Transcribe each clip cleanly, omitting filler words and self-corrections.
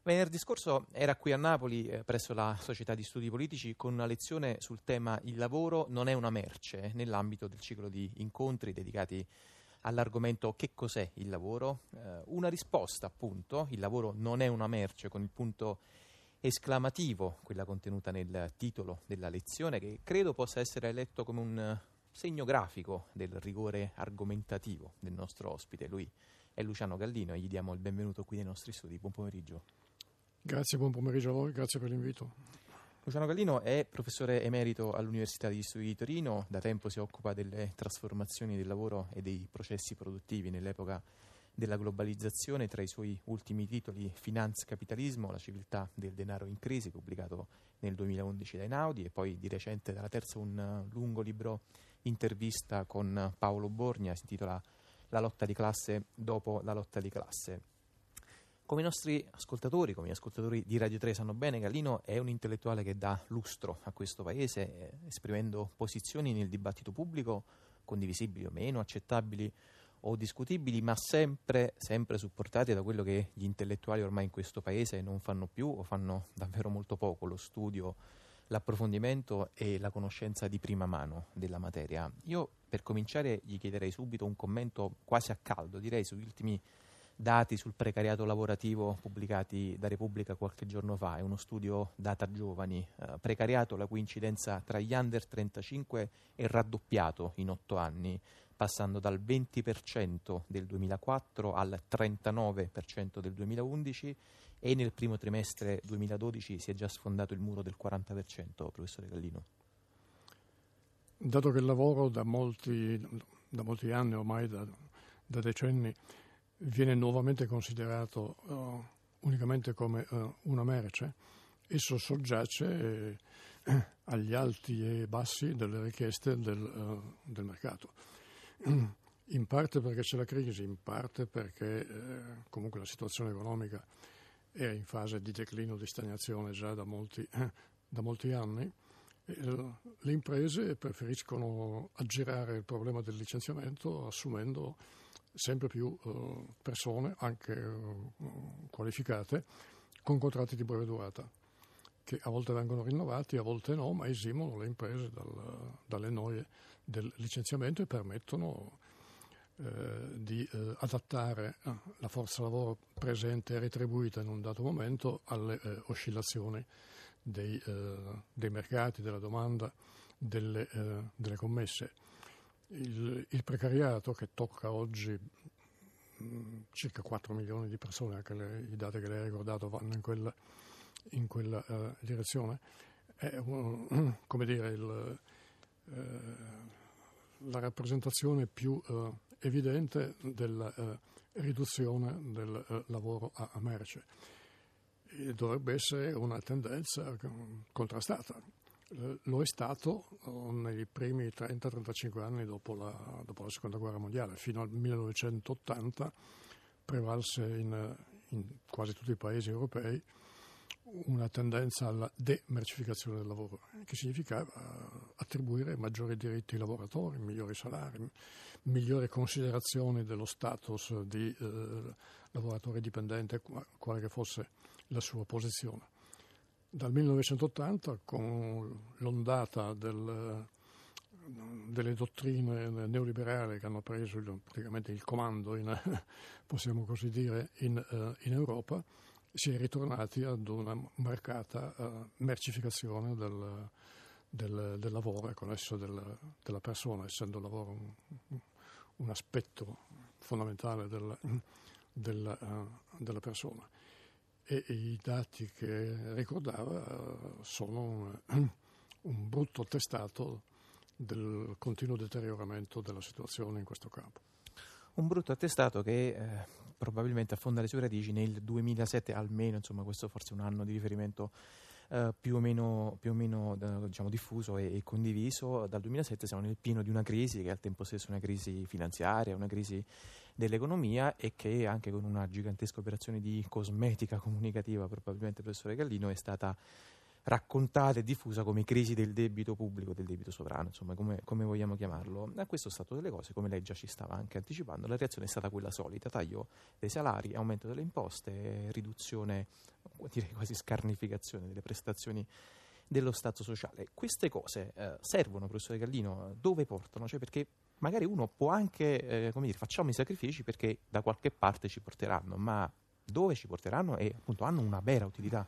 Venerdì scorso era qui a Napoli, presso la Società di Studi Politici, con una lezione sul tema "Il lavoro non è una merce", nell'ambito del ciclo di incontri dedicati all'argomento "Che cos'è il lavoro?". Una risposta, appunto, "Il lavoro non è una merce", con il punto esclamativo, quella contenuta nel titolo della lezione, che credo possa essere letto come un segno grafico del rigore argomentativo del nostro ospite. Lui è Luciano Gallino e gli diamo il benvenuto qui nei nostri studi. Buon pomeriggio. Grazie, buon pomeriggio a voi, grazie per l'invito. Luciano Gallino è professore emerito all'Università degli Studi di Torino, da tempo si occupa delle trasformazioni del lavoro e dei processi produttivi nell'epoca della globalizzazione. Tra i suoi ultimi titoli Finanzcapitalismo, la civiltà del denaro in crisi, pubblicato nel 2011 da Einaudi, e poi di recente dalla Terza un lungo libro intervista con Paolo Borgna, si intitola La lotta di classe dopo la lotta di classe. Come i nostri ascoltatori, come gli ascoltatori di Radio 3 sanno bene, Gallino è un intellettuale che dà lustro a questo paese, esprimendo posizioni nel dibattito pubblico, condivisibili o meno, accettabili o discutibili, ma sempre supportate da quello che gli intellettuali ormai in questo paese non fanno più o fanno davvero molto poco: lo studio, l'approfondimento e la conoscenza di prima mano della materia. Io, per cominciare, gli chiederei subito un commento quasi a caldo, direi, sugli ultimi dati sul precariato lavorativo pubblicati da Repubblica qualche giorno fa. È uno studio Data Giovani. Precariato la cui incidenza tra gli under 35 è raddoppiato in 8 anni, passando dal 20% del 2004 al 39% del 2011, e nel primo trimestre 2012 si è già sfondato il muro del 40%, professore Gallino. Dato che il lavoro da molti anni, ormai da decenni, viene nuovamente considerato unicamente come una merce, esso soggiace agli alti e bassi delle richieste del mercato. In parte perché c'è la crisi, in parte perché comunque la situazione economica è in fase di declino, di stagnazione già da molti anni. Le imprese preferiscono aggirare il problema del licenziamento assumendo sempre più persone, anche qualificate, con contratti di breve durata, che a volte vengono rinnovati, a volte no, ma esimono le imprese dalle noie del licenziamento e permettono di adattare la forza lavoro presente e retribuita in un dato momento alle oscillazioni dei mercati, della domanda, delle commesse. Il precariato, che tocca oggi circa 4 milioni di persone, anche i dati che lei ha ricordato vanno in quella direzione, è come dire la rappresentazione più evidente della riduzione del lavoro a merce. E dovrebbe essere una tendenza contrastata. Lo è stato nei primi 30-35 anni dopo la Seconda Guerra Mondiale. Fino al 1980 prevalse in quasi tutti i paesi europei una tendenza alla demercificazione del lavoro, che significava attribuire maggiori diritti ai lavoratori, migliori salari, migliore considerazione dello status di lavoratore dipendente, quale che fosse la sua posizione. Dal 1980, con l'ondata delle dottrine neoliberali che hanno preso praticamente il comando, possiamo così dire, in Europa, si è ritornati ad una marcata mercificazione del lavoro e con esso della persona, essendo il lavoro un aspetto fondamentale della persona. E i dati che ricordava sono un brutto attestato del continuo deterioramento della situazione in questo campo. Un brutto attestato che probabilmente affonda le sue radici nel 2007, almeno, insomma, questo forse è un anno di riferimento più o meno diciamo diffuso e condiviso. Dal 2007 siamo nel pieno di una crisi che è al tempo stesso una crisi finanziaria, una crisi dell'economia, e che anche con una gigantesca operazione di cosmetica comunicativa, probabilmente, professore Gallino, è stata raccontata e diffusa come crisi del debito pubblico, del debito sovrano, insomma come vogliamo chiamarlo. A questo stato delle cose, come lei già ci stava anche anticipando, la reazione è stata quella solita: taglio dei salari, aumento delle imposte, riduzione, direi quasi scarnificazione delle prestazioni dello Stato sociale. Queste cose servono, professore Gallino? Dove portano? Cioè, perché magari uno può anche, come dire, facciamo i sacrifici perché da qualche parte ci porteranno, ma dove ci porteranno e appunto hanno una vera utilità?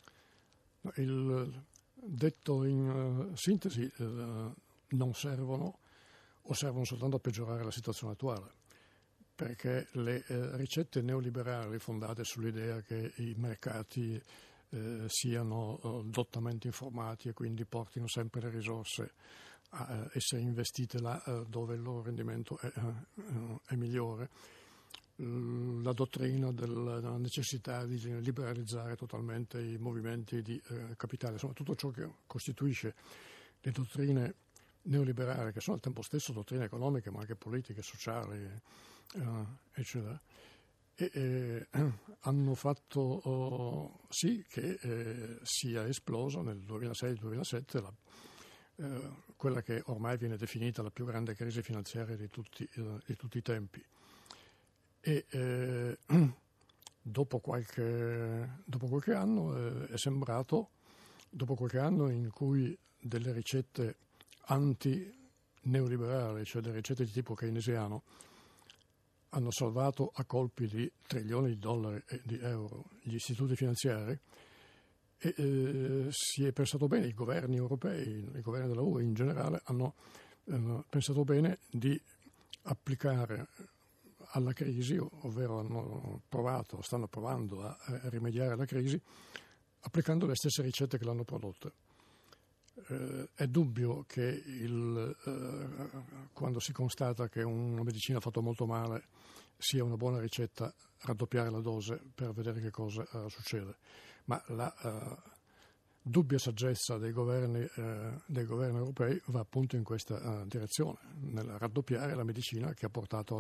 Il detto in sintesi, non servono o servono soltanto a peggiorare la situazione attuale, perché le ricette neoliberali fondate sull'idea che i mercati siano dottamente informati e quindi portino sempre le risorse a essere investite là dove il loro rendimento è migliore, la dottrina della necessità di liberalizzare totalmente i movimenti di capitale, insomma tutto ciò che costituisce le dottrine neoliberali, che sono al tempo stesso dottrine economiche ma anche politiche, sociali, eccetera, e hanno fatto sì che sia esploso nel 2006-2007 quella che ormai viene definita la più grande crisi finanziaria di tutti i tempi. E dopo qualche anno è sembrato, dopo qualche anno in cui delle ricette anti-neoliberali, cioè delle ricette di tipo keynesiano, hanno salvato a colpi di trilioni di dollari e di euro gli istituti finanziari, e si è pensato bene, i governi europei, i governi della UE in generale hanno pensato bene di applicare alla crisi, ovvero stanno provando a rimediare alla crisi applicando le stesse ricette che l'hanno prodotta. È dubbio che quando si constata che una medicina ha fatto molto male sia una buona ricetta raddoppiare la dose per vedere che cosa succede, ma la dubbia saggezza dei governi europei va appunto in questa direzione, nel raddoppiare la medicina che ha portato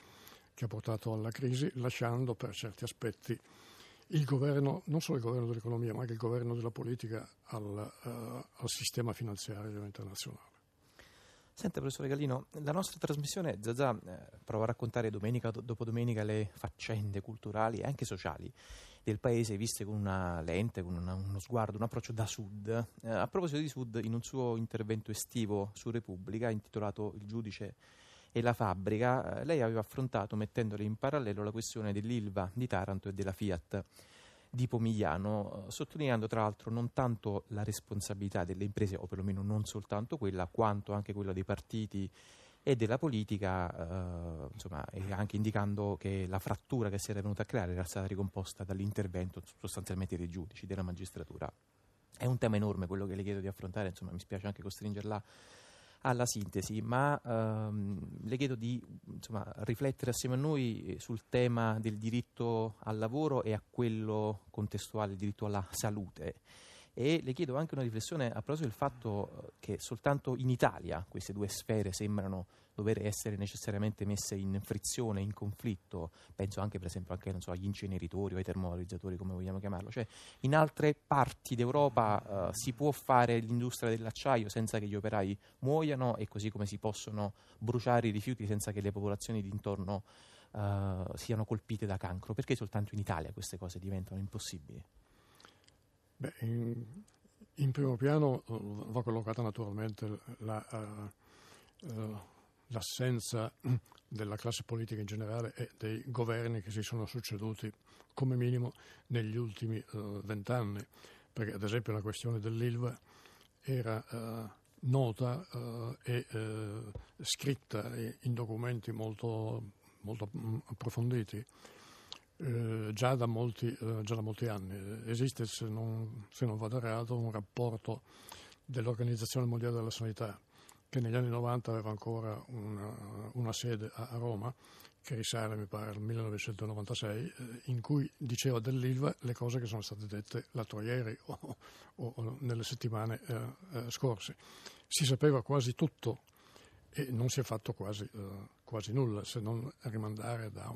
alla crisi, lasciando per certi aspetti il governo, non solo il governo dell'economia, ma anche il governo della politica al sistema finanziario internazionale. Senta, professore Gallino, la nostra trasmissione Zazà prova a raccontare domenica dopo domenica le faccende culturali e anche sociali del paese viste con una lente, con uno sguardo, un approccio da sud. A proposito di sud, in un suo intervento estivo su Repubblica intitolato Il giudice e la fabbrica, lei aveva affrontato, mettendole in parallelo, la questione dell'Ilva di Taranto e della Fiat di Pomigliano, sottolineando tra l'altro non tanto la responsabilità delle imprese, o perlomeno non soltanto quella, quanto anche quella dei partiti e della politica, insomma, e anche indicando che la frattura che si era venuta a creare era stata ricomposta dall'intervento sostanzialmente dei giudici, della magistratura. È un tema enorme quello che le chiedo di affrontare, insomma mi spiace anche costringerla alla sintesi, ma le chiedo di riflettere assieme a noi sul tema del diritto al lavoro e a quello contestuale, il diritto alla salute. E le chiedo anche una riflessione a proposito del fatto che soltanto in Italia queste due sfere sembrano dover essere necessariamente messe in frizione, in conflitto. Penso anche, per esempio, agli inceneritori o ai termovalorizzatori, come vogliamo chiamarlo. Cioè, in altre parti d'Europa si può fare l'industria dell'acciaio senza che gli operai muoiano, e così come si possono bruciare i rifiuti senza che le popolazioni d'intorno siano colpite da cancro. Perché soltanto in Italia queste cose diventano impossibili? Beh, in primo piano va collocata naturalmente l'assenza della classe politica in generale e dei governi che si sono succeduti come minimo negli ultimi 20 anni, perché ad esempio la questione dell'Ilva era nota e scritta in documenti molto, molto approfonditi già da molti anni. Esiste, se non vado errato, un rapporto dell'Organizzazione Mondiale della Sanità che negli anni 90 aveva ancora una sede a Roma, che risale, mi pare, al 1996, in cui diceva dell'Ilva le cose che sono state dette l'altro ieri o nelle settimane scorse. Si sapeva quasi tutto e non si è fatto quasi nulla, se non rimandare da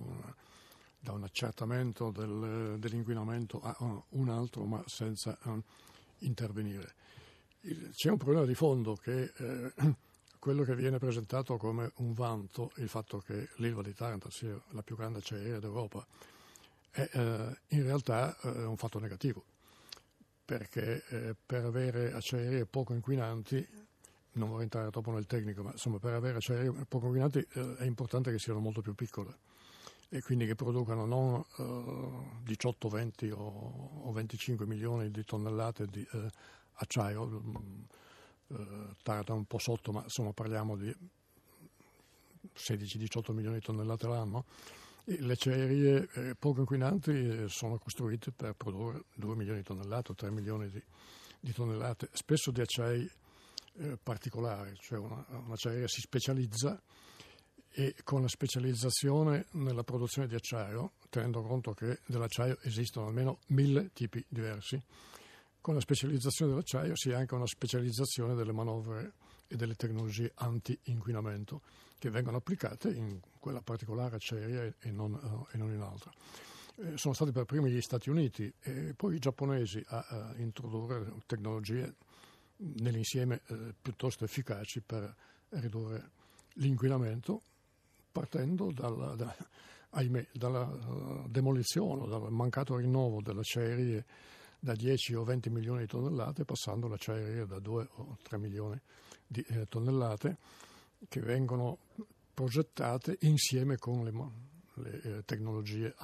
un accertamento dell'inquinamento a un altro, ma senza intervenire. C'è un problema di fondo che quello che viene presentato come un vanto, il fatto che l'Ilva di Taranto sia la più grande acciaieria d'Europa, è in realtà un fatto negativo, perché per avere acciaierie poco inquinanti, non vorrei entrare troppo nel tecnico, ma insomma per avere acciaierie poco inquinanti è importante che siano molto più piccole e quindi che producano non 18, 20 o 25 milioni di tonnellate di acciaio. Taranto è un po' sotto, ma insomma parliamo di 16-18 milioni di tonnellate l'anno. E le acciaierie poco inquinanti sono costruite per produrre 2 milioni di tonnellate o 3 milioni di tonnellate, spesso di acciai particolari, cioè un'acciaieria si specializza e con la specializzazione nella produzione di acciaio, tenendo conto che dell'acciaio esistono almeno 1000 tipi diversi, con la specializzazione dell'acciaio si ha anche una specializzazione delle manovre e delle tecnologie anti-inquinamento che vengono applicate in quella particolare acciaieria e non in altra. Sono stati per primi gli Stati Uniti e poi i giapponesi a introdurre tecnologie nell'insieme piuttosto efficaci per ridurre l'inquinamento, partendo dalla demolizione, dal mancato rinnovo delle acciaierie da 10 o 20 milioni di tonnellate, passando all'acciaieria da 2 o 3 milioni di tonnellate, che vengono progettate insieme con le tecnologie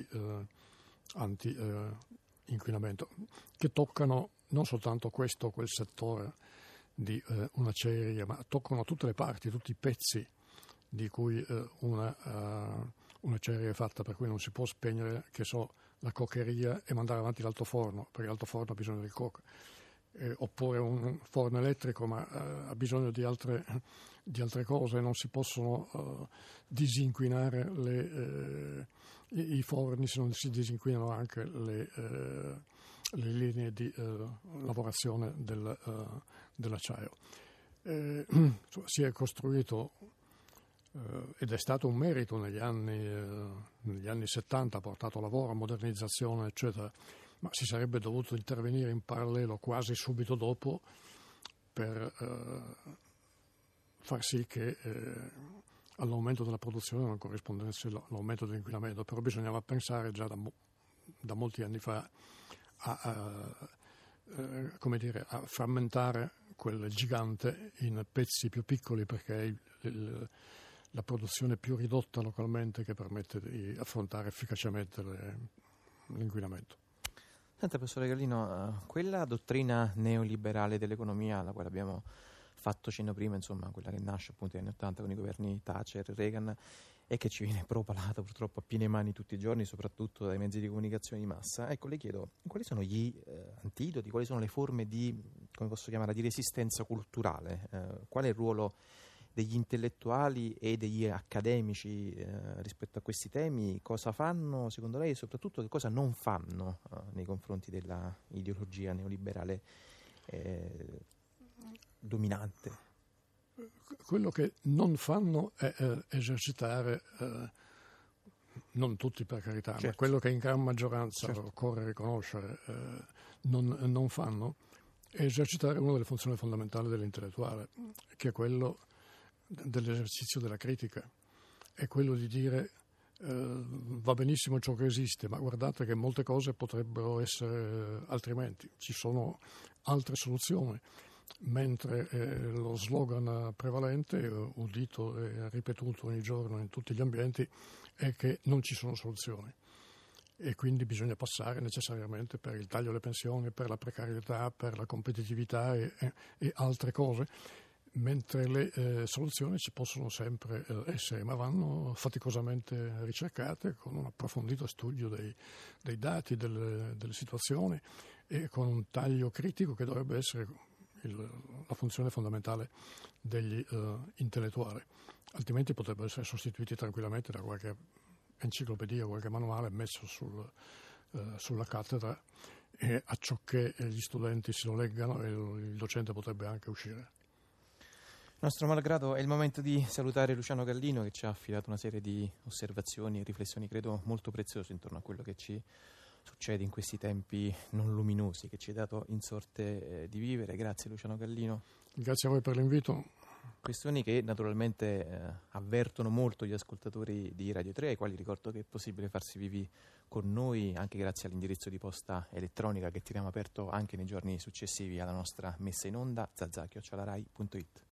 anti-inquinamento, che toccano non soltanto questo o quel settore di un'acciaieria, ma toccano tutte le parti, tutti i pezzi di cui un'acciaieria è fatta, per cui non si può spegnere, che so, la coccheria e mandare avanti l'altoforno, perché l'altoforno ha bisogno del coke, oppure un forno elettrico, ma ha bisogno di altre cose, non si possono disinquinare i forni se non si disinquinano anche le linee di lavorazione dell'acciaio. Si è costruito ed è stato un merito negli anni 70, ha portato lavoro, modernizzazione, eccetera, ma si sarebbe dovuto intervenire in parallelo quasi subito dopo per far sì che all'aumento della produzione non corrispondesse l'aumento dell'inquinamento, però bisognava pensare già da molti anni fa a frammentare quel gigante in pezzi più piccoli, perché è la produzione più ridotta localmente che permette di affrontare efficacemente l'inquinamento. Senta, professore Gallino, quella dottrina neoliberale dell'economia alla quale abbiamo fatto cenno prima, insomma, quella che nasce appunto negli anni 80 con i governi Thatcher e Reagan e che ci viene propalata purtroppo a piene mani tutti i giorni, soprattutto dai mezzi di comunicazione di massa. Ecco, le chiedo, quali sono gli antidoti, quali sono le forme di, come posso chiamarla, di resistenza culturale? Qual è il ruolo degli intellettuali e degli accademici rispetto a questi temi? Cosa fanno secondo lei e soprattutto che cosa non fanno nei confronti della ideologia neoliberale dominante? Quello che non fanno è esercitare, non tutti per carità, certo, ma quello che in gran maggioranza, certo, occorre riconoscere, non fanno, è esercitare una delle funzioni fondamentali dell'intellettuale, che è quello dell'esercizio della critica, è quello di dire va benissimo ciò che esiste, ma guardate che molte cose potrebbero essere altrimenti, ci sono altre soluzioni, mentre lo slogan prevalente, udito e ripetuto ogni giorno in tutti gli ambienti, è che non ci sono soluzioni e quindi bisogna passare necessariamente per il taglio alle pensioni, per la precarietà, per la competitività e altre cose, mentre le soluzioni ci possono sempre essere, ma vanno faticosamente ricercate con un approfondito studio dei dati, delle situazioni e con un taglio critico che dovrebbe essere la funzione fondamentale degli intellettuali, altrimenti potrebbero essere sostituiti tranquillamente da qualche enciclopedia, qualche manuale messo sulla cattedra e acciocché gli studenti se lo leggano e il docente potrebbe anche uscire. Nostro malgrado è il momento di salutare Luciano Gallino, che ci ha affidato una serie di osservazioni e riflessioni credo molto preziose intorno a quello che ci succede in questi tempi non luminosi che ci hai dato in sorte di vivere. Grazie Luciano Gallino. Grazie a voi per l'invito. Questioni che naturalmente avvertono molto gli ascoltatori di Radio 3, ai quali ricordo che è possibile farsi vivi con noi anche grazie all'indirizzo di posta elettronica che teniamo aperto anche nei giorni successivi alla nostra messa in onda, zazza@rai.it.